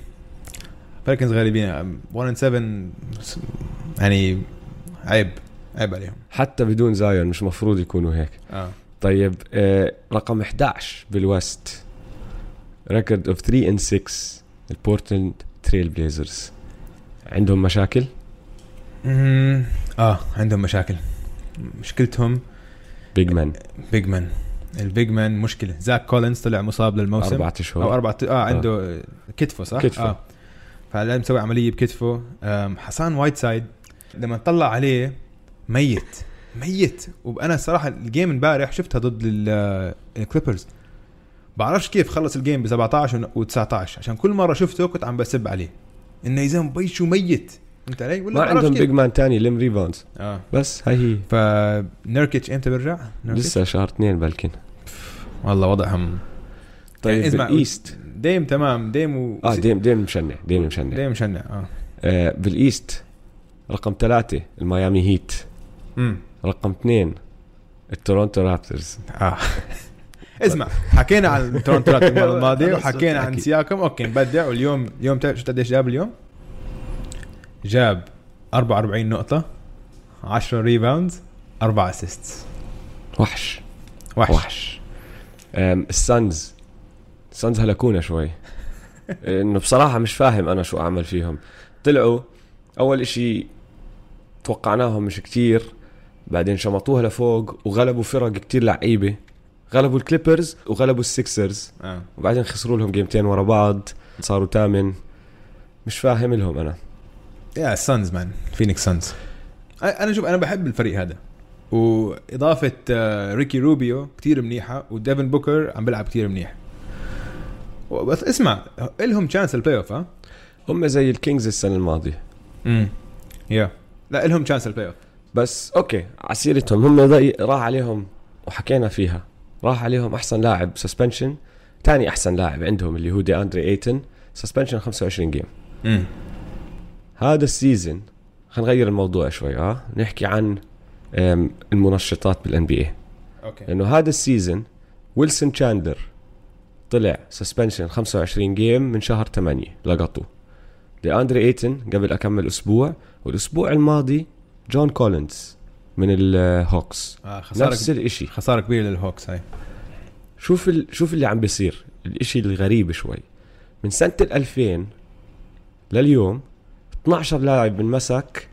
1-7 يعني عيب عليهم. حتى بدون زايون مش مفروض يكونوا هيك. طيب رقم 11 بالوست ريكورد اوف 3-6 البورتلاند تريل بليزرز. عندهم مشاكل. عندهم مشاكل. مشكلتهم بيج مان. البيج مان مشكلة. زاك كولينز طلع مصاب للموسم 4 شهور أو 4 عنده كتفه صح؟ كتفه. فعلا مسوي عملية بكتفه. حسان وايت سايد لما نطلع عليه ميت. وأنا الصراحة الجيم امبارح شفتها ضد الكليبرز، بعرفش كيف خلص الجيم ب17 و19 عشان كل مرة شفته كنت عم بسب عليه إنه يزام بيشو ميت. انت علي ولا ما عندهم بيج مان تاني لم ريباوندز. بس هي فنيركيتش امتى برجع؟ لسه شهر 2 بلكن. والله وضعهم طيب يعني بالايست ديم تمام. ديم مشنع بالايست رقم 3 الميامي هيت. رقم 2 التورونتو رابترز. اسمع حكينا عن تورونتو رابترز المرة الماضية وحكينا عن سياكم. اوكي نبدع. واليوم شو قديش جاب اليوم؟ جاب 44 نقطة 10 ريباوندز 4 اسيستس. وحش. السانز هلكونا شوي. انه بصراحة مش فاهم انا شو اعمل فيهم. طلعوا اول اشي توقعناهم مش كتير، بعدين شمطوها لفوق وغلبوا فرق كتير لعيبة، غلبوا الكليبرز وغلبوا السيكسرز وبعدين خسروا لهم جيمتين ورا بعض، صاروا 8. مش فاهم لهم انا. يا السانز مان، فينيكس سانز. انا بحب الفريق هذا، واضافه ريكي روبيو كتير منيحه، وديفن بوكر عم بيلعب كتير منيح. بس اسمع، لهم تشانس البلاي اوف. هم زي الكينجز السنه الماضيه. يا لا، لهم تشانس البلاي اوف. بس اوكي، عسيرتهم هم راح عليهم وحكينا فيها، راح عليهم احسن لاعب سسبنشن، تاني احسن لاعب عندهم اللي هو دي اندري ايتن، سسبنشن 25 جيم. هذا السيزن خلينا نغير الموضوع شوي. نحكي عن المنشطات بالان بي اي. اوكي. لانه هذا السيزن ويلسون تشاندلر طلع سسبنشن 25 جيم من شهر 8 لقطوه. دي اندري ايتن قبل اكمل اسبوع، والاسبوع الماضي جون كولينز من الهوكس. نفس الاشي، خسارة كبيرة للهوكس هاي. شوف اللي عم بيصير. الاشي الغريب شوي، من سنة 2000 لليوم 12 لاعب من مسك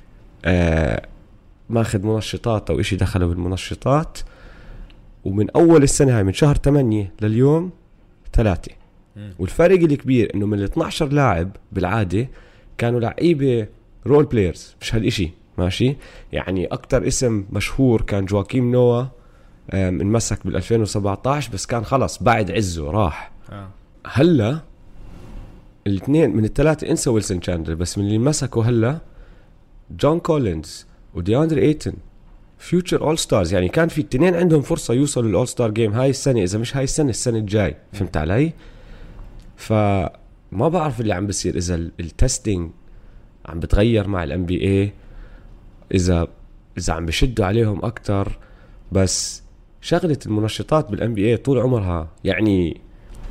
ماخذ منشطات او اشي دخله بالمنشطات، ومن اول السنة هاي من شهر 8 لليوم 3. والفرق الكبير انه من ال 12 لاعب بالعادة كانوا لعيبة رول بلايرز، مش هالاشي ماشي. يعني اكتر اسم مشهور كان جواكيم نوا، انمسك بال 2017 بس كان خلص بعد عزه راح. هلا الاثنين من الثلاثة، انسى ويلسون تشاندلر، بس من اللي مسكوا هلا جون كولينز ودي اندري ايتن فيوتشر اول ستارز. يعني كان في الاثنين عندهم فرصة يوصلوا للاول ستار جيم هاي السنة، اذا مش هاي السنة السنة الجاي. فهمت علي؟ فما بعرف اللي عم بيصير، اذا التستينج عم بتغير مع الام بي اي، اذا عم بشدوا عليهم اكتر. بس شغلة المنشطات بالان بي اي طول عمرها، يعني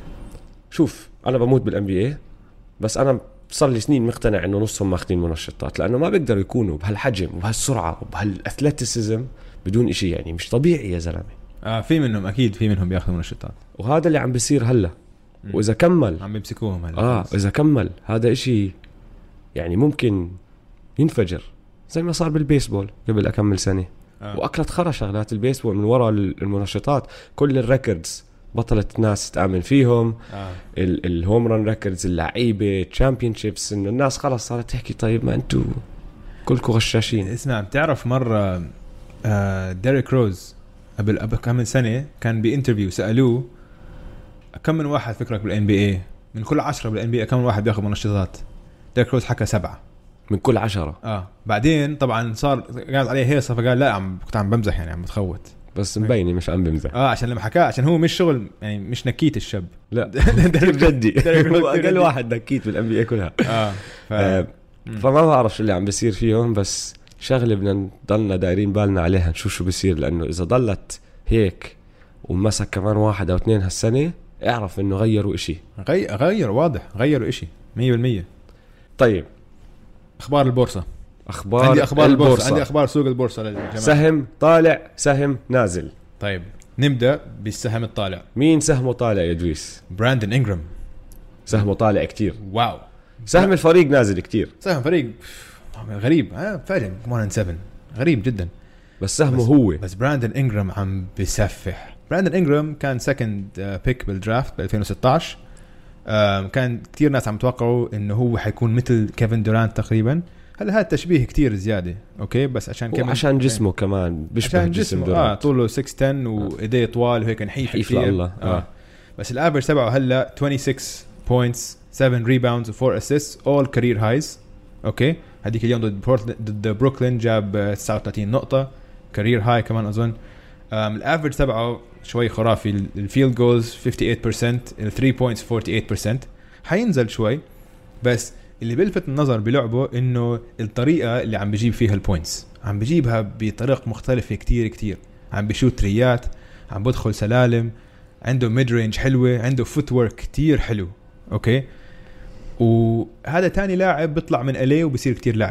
شوف انا بموت بالان بي اي، بس انا صار لي سنين مقتنع انه نصهم ماخذين منشطات، لانه ما بيقدروا يكونوا بهالحجم وبهالسرعة وبهالاثليتيسيزم بدون اشي. يعني مش طبيعي يا زلمة. في منهم اكيد، في منهم بياخذوا منشطات، وهذا اللي عم بيصير هلا. واذا كمل عم بيمسكوهم هلا. اذا كمل هذا اشي يعني ممكن ينفجر زي ما صار بالبيسبول قبل أكمل سنة. وأكلت خرا شغلات البيسبول من وراء المنشطات. كل الريكوردز بطلت الناس تآمن فيهم. الهوم ران ريكوردز، اللعيبة، تشامبيونشيبس، إنه الناس خلاص صارت تحكي طيب ما أنتوا كلكم غشاشين. اسمع، بتعرف مرة ديريك روز قبل كم سنة كان بإنترفيو سألوه كم من واحد فكرك بالان بي اي، من كل 10 بالان بي اي كم من واحد بياخذ منشطات؟ ديريك روز حكى 7 من كل 10. بعدين طبعا صار قاعد عليه هيصة، فقال لا كنت عم بمزح، يعني عم بتخوت. بس مبيني مش عم بمزح. عشان لما حكاه، عشان هو مش شغل، يعني مش نكيت الشاب. لا كتير جدي. هو اقل واحد نكيت بالان بي اي كلها. فما بعرف شو اللي عم بيصير فيهم، بس شغله بدنا نضلنا دايرين بالنا عليها، نشوف شو بيصير. لانه اذا ضلت هيك ومسك كمان 1 أو 2 هالسنه، اعرف انه غيروا اشي. غير واضح، غيروا اشي 100%. طيب اخبار البورصه. عندي اخبار البورصه، عندي اخبار سوق البورصه للجماعه. سهم طالع، سهم نازل. طيب نبدا بالسهم الطالع. مين سهمه طالع يا جويس؟ براندن إنجرام سهمه طالع كتير. واو. سهم الفريق نازل كتير. سهم فريق غريب فعلا، 1-7 غريب جدا. بس سهمه هو. بس براندن إنجرام عم بيسفح. براندن إنجرام كان سكند بيك بالدرافت ب 2016. كان كتير ناس عم توقعوا انه هو حيكون مثل كيفن دورانت تقريبا. هلا هذا التشبيه كتير زياده، اوكي، بس عشان جسمه كمان بيشبه جسم دورانت. طوله 6'10" وايديه طوال وهيك نحيف كتير الله. بس الافرج تبعه هلا 26 بوينتس، 7 ريباوندز و4 اسيست، اول كارير هايز. اوكي، هذيك اليوم ضد بروكلين جاب 39 نقطه، كارير هاي كمان اظن. الافرج تبعه شوي خرافي. الفيلد جولز 58%، الثري بوينتس 48%. حينزل شوي، بس اللي بيلفت النظر بلعبه انه الطريقه اللي عم بيجيب فيها البوينتس عم بيجيبها بطريقه مختلفه كتير. عم بيشوت تريات، عم بدخل سلالم، عنده ميد رينج حلوه، عنده فوت ورك كتير حلو. اوكي، وهذا تاني لاعب بيطلع من الي وبصير كتير لعيب.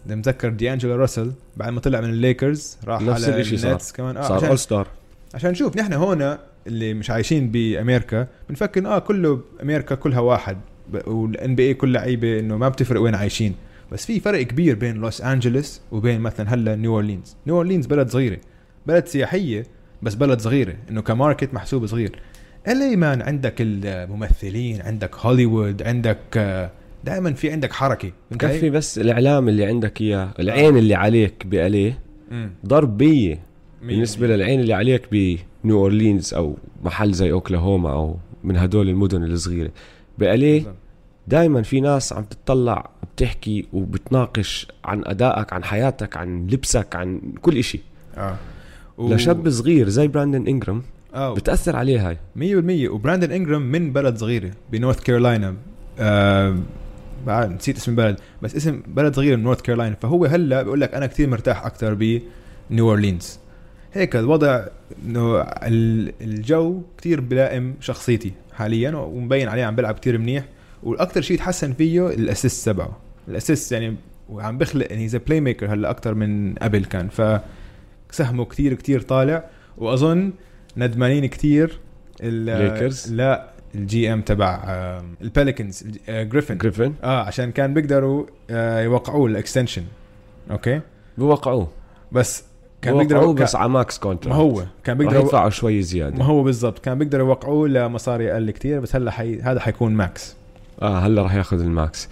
ده متذكر دي أنجلو راسل بعد ما طلع من الليكرز راح نفس على الاشي النتس كمان صار أول ستار. عشان نشوف نحن هنا اللي مش عايشين بأمريكا بنفكر كله أمريكا كلها واحد والان بي اي كل لعيبه انه ما بتفرق وين عايشين. بس في فرق كبير بين لوس أنجلوس وبين مثلا هلا نيو أورلينز بلد صغيره، بلد سياحيه بس بلد صغيره، انه كماركت محسوب صغير. LA مان عندك الممثلين، عندك هوليوود، عندك دائما في عندك حركه. كفي بس الاعلام اللي عندك اياه، العين اللي عليك بأليه ضربيه بالنسبه للعين اللي عليك بنيو أورلينز او محل زي اوكلاهوما او من هدول المدن الصغيره. بأليه دائما في ناس عم تتطلع وبتحكي وبتناقش عن ادائك، عن حياتك، عن لبسك، عن كل اشي. لشاب صغير زي براندن إنجرام بتأثر عليه هاي 100%. وبراندن إنجرام من بلد صغيرة بنورث كارولاينا، نسيت اسم البلد بس اسم بلد صغير من نورث كارولاينا. فهو هلا بيقول لك أنا كتير مرتاح أكتر بنيو أورلينز. هيك الوضع إنه الجو كتير بلائم شخصيتي حاليا ومبين عليه عم بلعب كتير منيح. والأكتر شيء تحسن فيه الأسيست تبعه، الأسيست يعني وعم بخلق يعني زي بلاي ميكر هلا أكتر من قبل كان. فسهمه كتير طالع. وأظن ندمانين كتير الليكرز، لا الجي ام تبع الباليكنز جريفن عشان كان بيقدروا يوقعوه الاكستنشن. اوكي بوقعوه بس كان بيقدروا بس على ماكس كونتراكت. ما هو كان بيقدروا يدفعوا شوي زياده. ما هو بالضبط كان بيقدروا يوقعوه لمصاري اقل كتير. بس هلا هذا حيكون ماكس. هلا راح ياخذ الماكس.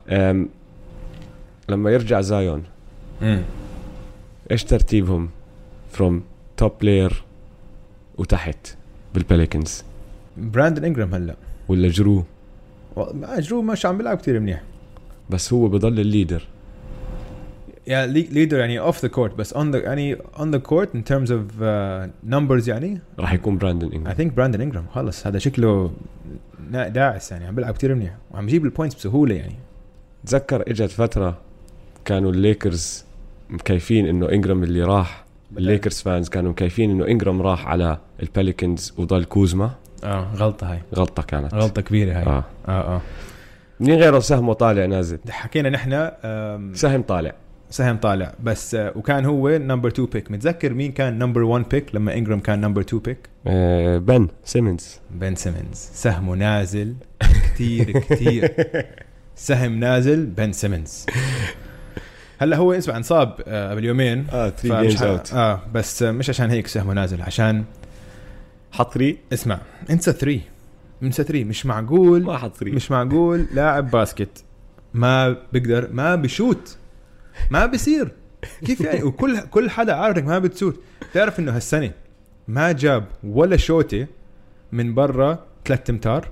لما يرجع زايون ايش ترتيبهم from top player وتحت بالباليكنز؟ براندن إنجرام هلا ولا جرو؟ جرو مش عم بيلعب كتير منيح بس هو بضل الليدر. يا ليدر يعني off the court بس on the court in terms of numbers يعني راح يكون براندن إنجرام. I think براندن إنجرام خلص هذا شكله داعس يعني عم بيلعب كتير منيح وعم يجيب البوينتس بسهولة يعني. تذكر اجت فترة كانوا الليكرز مكيفين انه إنجرام اللي راح، الليكرز فانز كانوا مكيفين انه إنجرام راح على الباليكنز وضل كوزما. غلطة، هاي غلطة كانت، غلطة كبيرة هاي. منين غيره سهمه طالع نازل. حكينا نحن سهم طالع بس وكان هو نمبر 2 بيك. متذكر مين كان نمبر 1 بيك لما إنجرام كان نمبر 2 بيك؟ بن سيمنز سهمه نازل كتير سهم نازل بن سيمنز. هلا هو اسمع انصاب قبل يومين 3 جيمز اوت بس مش عشان هيك سهمه نازل، عشان حط 3. اسمع انسى 3 مش معقول، ما حط 3. مش معقول لاعب باسكت ما بيقدر، ما بيشوت، ما بيصير كيف يعني. وكل حدا عارفك ما بتشوت. تعرف انه هالسنه ما جاب ولا شوتة من برا 3 امتار.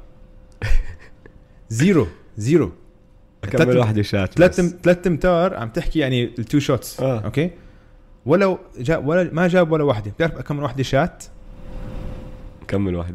زيرو كمل واحدة شات 3 امتار عم تحكي يعني التو شوتس. اوكي ولا ما جاب ولا واحدة. بتعرف كم واحدة شات؟ كمل واحدة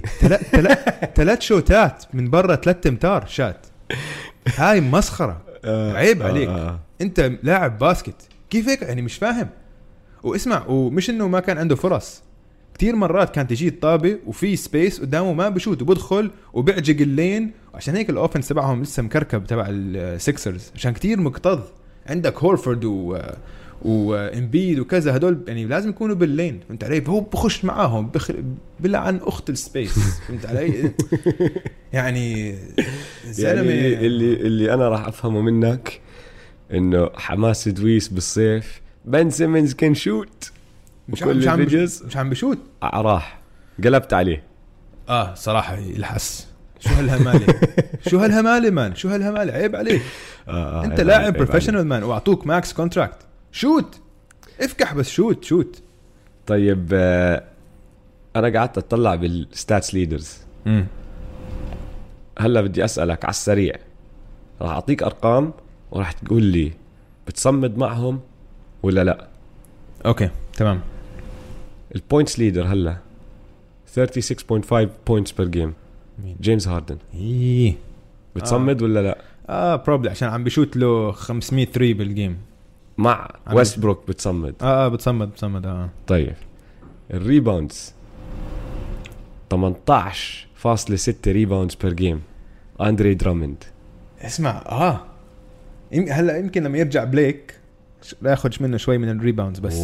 3 شوتات من برا 3 امتار شات. هاي مسخرة. عيب عليك. انت لاعب باسكت كيف هيك يعني؟ مش فاهم. واسمع ومش انه ما كان عنده فرص، كتير مرات كانت تجي الطابة وفي سبيس قدامه ما بشوت وبدخل وبيعجق اللين. عشان هيك الاوفنس تبعهم لسه مكركب تبع السيكسرز عشان كتير مكتظ. عندك هورفورد وإمبيد وكذا هدول يعني لازم يكونوا باللين. فهمت علي؟ هو بخش معاهم بلا عن اخت السبيس. فهمت علي؟ يعني زلمه يعني اللي انا راح افهمه منك انه حماس دويس بالصيف بن سيمنز كان شوت مش عم بشوت. راح قلبت عليه. صراحة يلحس. شو هالهمالة مان، شو هالهمالة. عيب عليك. انت لاعب بروفيشنال مان واعطوك ماكس كونتراكت. شوت افكح بس شوت. طيب انا قعدت اطلع بالستاتس ليدرز. هلا بدي اسألك على السريع، راح اعطيك ارقام وراح تقول لي بتصمد معهم ولا لا. اوكي تمام. البوينتس ليدر هلا 36.5 بوينتس بير جيم جيمس هاردن. بتصمد ولا لا؟ بروبلي عشان عم بشوت له 500 3 بالجيم مع ويستبروك. بتصمد بتصمد. طيب الريباوندز 18.6 ريباوندز بير جيم أندري درامند. اسمع هلا يمكن لما يرجع بليك لا ياخدش منه شوي من الريباوندز بس.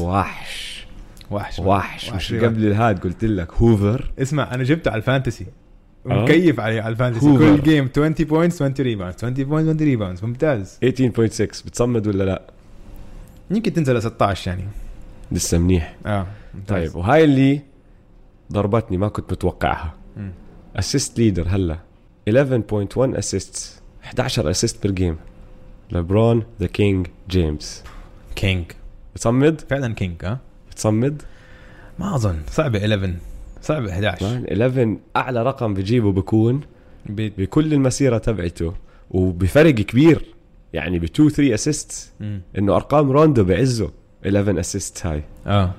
وحش مش قبل الهاد قلت لك هوفر. اسمع انا جبته على الفانتسي مكيف عليه على الفانتسي كل جيم 20 بوينتس 20 ريباوندز 20 بوينتس 20 ريباوندز ممتاز. 18.6 بتصمد ولا لا؟ يمكن تنزل 16 يعني لسه منيح. طيب وهاي اللي ضربتني ما كنت متوقعها. اسيست ليدر هلا 11.1 اسيستس 11 اسيست بير جيم لبرون ذا كينج جيمس. كينج بتصمد فعلا كينج. بتصمد ما اظن صعبه 11 صعبه 11 اعلى رقم بجيبه بكون بكل المسيره تبعته وبفرق كبير يعني ب 2-3 اسيست انه ارقام روندو بعزه 11 اسيست هاي.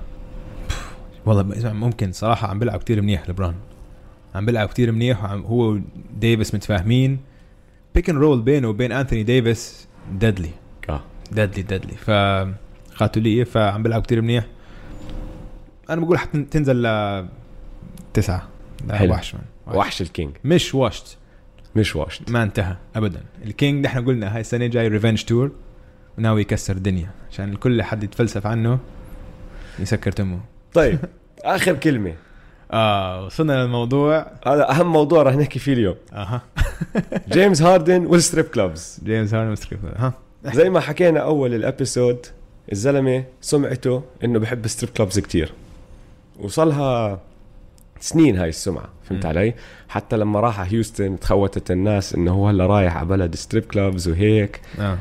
والله ممكن صراحه عم بيلعب كتير منيح لبرون عم بيلعب كتير منيح هو ديفيس متفاهمين بيك اند رول بينه وبين أنثوني ديفيس ديدلي فقاتلية فعم بيلعب كتير منيح. انا بقول حتى تنزل ل 9. وحش الكينج مش واشت ما انتهى ابدا. الكينج نحن قلنا هاي السنه جاي ريفنج تور وناوي يكسر الدنيا عشان كل حد يتفلسف عنه يسكر تمه. طيب اخر كلمه وصلنا للموضوع هذا اهم موضوع رح نحكي فيه اليوم. جيمس هاردن والستريب كلوبز. زي ما حكينا اول الابيسود الزلمه سمعته انه بحب الستريب كلوبز كتير وصلها سنين هاي السمعة فهمت علي. حتى لما راح هيوستن تخوتت الناس انه هو هلا رايح على بلد ستريب كلوبز وهيك.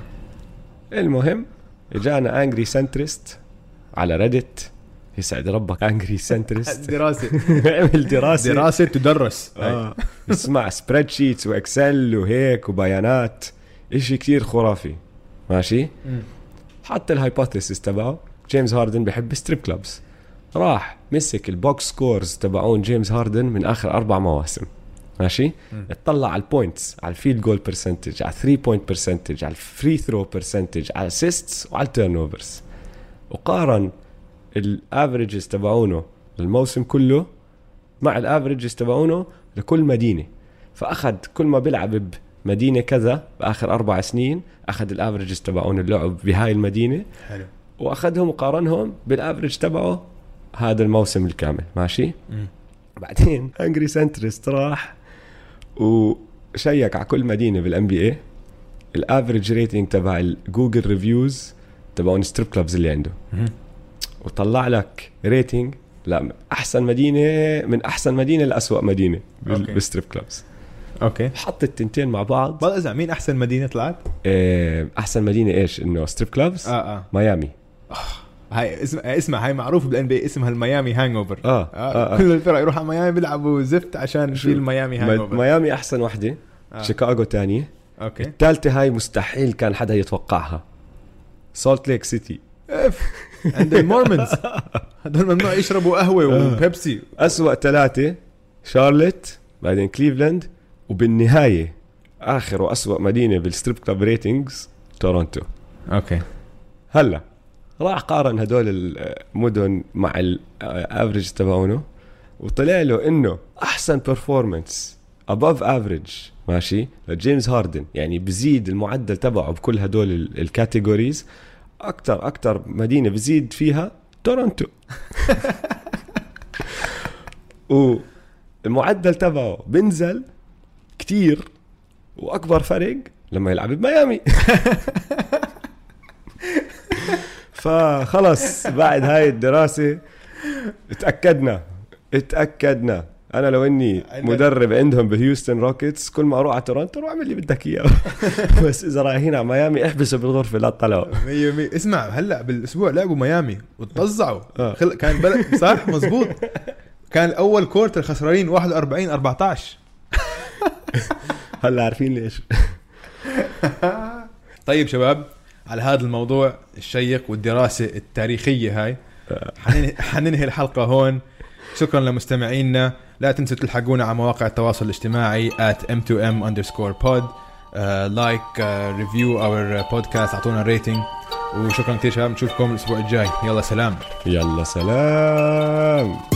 المهم اجانا انجري سنترست على ريدت يسعد ربك انجري سنترست عمل دراسة تدرس اسمع سبريد شيتس واكسل وهيك وبيانات اشي كتير خرافي ماشي. حتى الهايبوثيسيس تبعه جيمس هاردن بحب ستريب كلوبز. راح مسك البوكس سكورز تبعون جيمس هاردن من آخر 4 مواسم ماشي. اطلع على البوينتس على الفيلد جول برسنتج على 3 بوينت برسنتج على الفري ثرو برسنتج على اسيستس وعلى التيرن اوفرز وقارن الافريجز تبعونه الموسم كله مع الافريجز تبعونه لكل مدينة. فأخذ كل ما بيلعب بمدينة كذا بآخر 4 سنين أخذ الافريجز تبعونه اللعب بهاي المدينة حلو. وأخذهم وقارنهم بالافريج تبعه هذا الموسم الكامل ماشي. بعدين انجري سنترست راح وشيك على كل مدينة بالNBA الافريج ريتنج تبع الجوجل ريفيوز تبعون ستريب كلوبز اللي عنده وطلع لك ريتنج لا احسن مدينة من احسن مدينة لأسوأ مدينة بالستريب كلوبز. حط التنتين مع بعض. بقى مين احسن مدينة طلعت؟ احسن مدينة ايش انه ستريب كلوبز ميامي. هاي اسمها هاي معروف بالNBA اسمها الميامي هانج اوفر. كل الفرق يروح على ميامي بيلعبوا زفت عشان في الميامي هانج اوفر. ميامي احسن وحده. شيكاغو تانية. الثالثه هاي مستحيل كان حدا يتوقعها سولت ليك سيتي عند المورمنز هذول ممنوع يشربوا قهوه وبيبسي. أسوأ 3 شارلت بعدين كليفلاند وبالنهايه اخر وأسوأ مدينه بالستريب كلوب ريتنجز تورونتو. هلا راح قارن هدول المدن مع الافريج تبعونه وطلع له انه احسن performance above average ماشي لجيمس هاردن يعني بزيد المعدل تبعه بكل هدول الكاتيجوريز اكتر مدينة بزيد فيها تورونتو. والمعدل تبعه بنزل كتير واكبر فرق لما يلعب بميامي. فخلص بعد هاي الدراسة اتأكدنا أنا لو إني مدرب عندهم بهيوستن روكيتس كل ما أروح على تورنتو أروح أعمل اللي بدك إياه. بس إذا رايحين على ميامي احبسوا بالغرفة لا تطلعوا. اسمع هلأ بالأسبوع لعبوا ميامي وتوزعوا كان صح مزبوط. كان أول كورتر خسرانين 41-14. هلأ عارفين ليش. طيب شباب على هذا الموضوع الشيق والدراسة التاريخية هاي حننهي الحلقة هون. شكرا لمستمعينا. لا تنسوا تلحقونا على مواقع التواصل الاجتماعي @m2m_pod لايك ريفيو اور بودكاست اعطونا ريتنج وشكرا كثير شباب. نشوفكم الاسبوع الجاي. يلا سلام.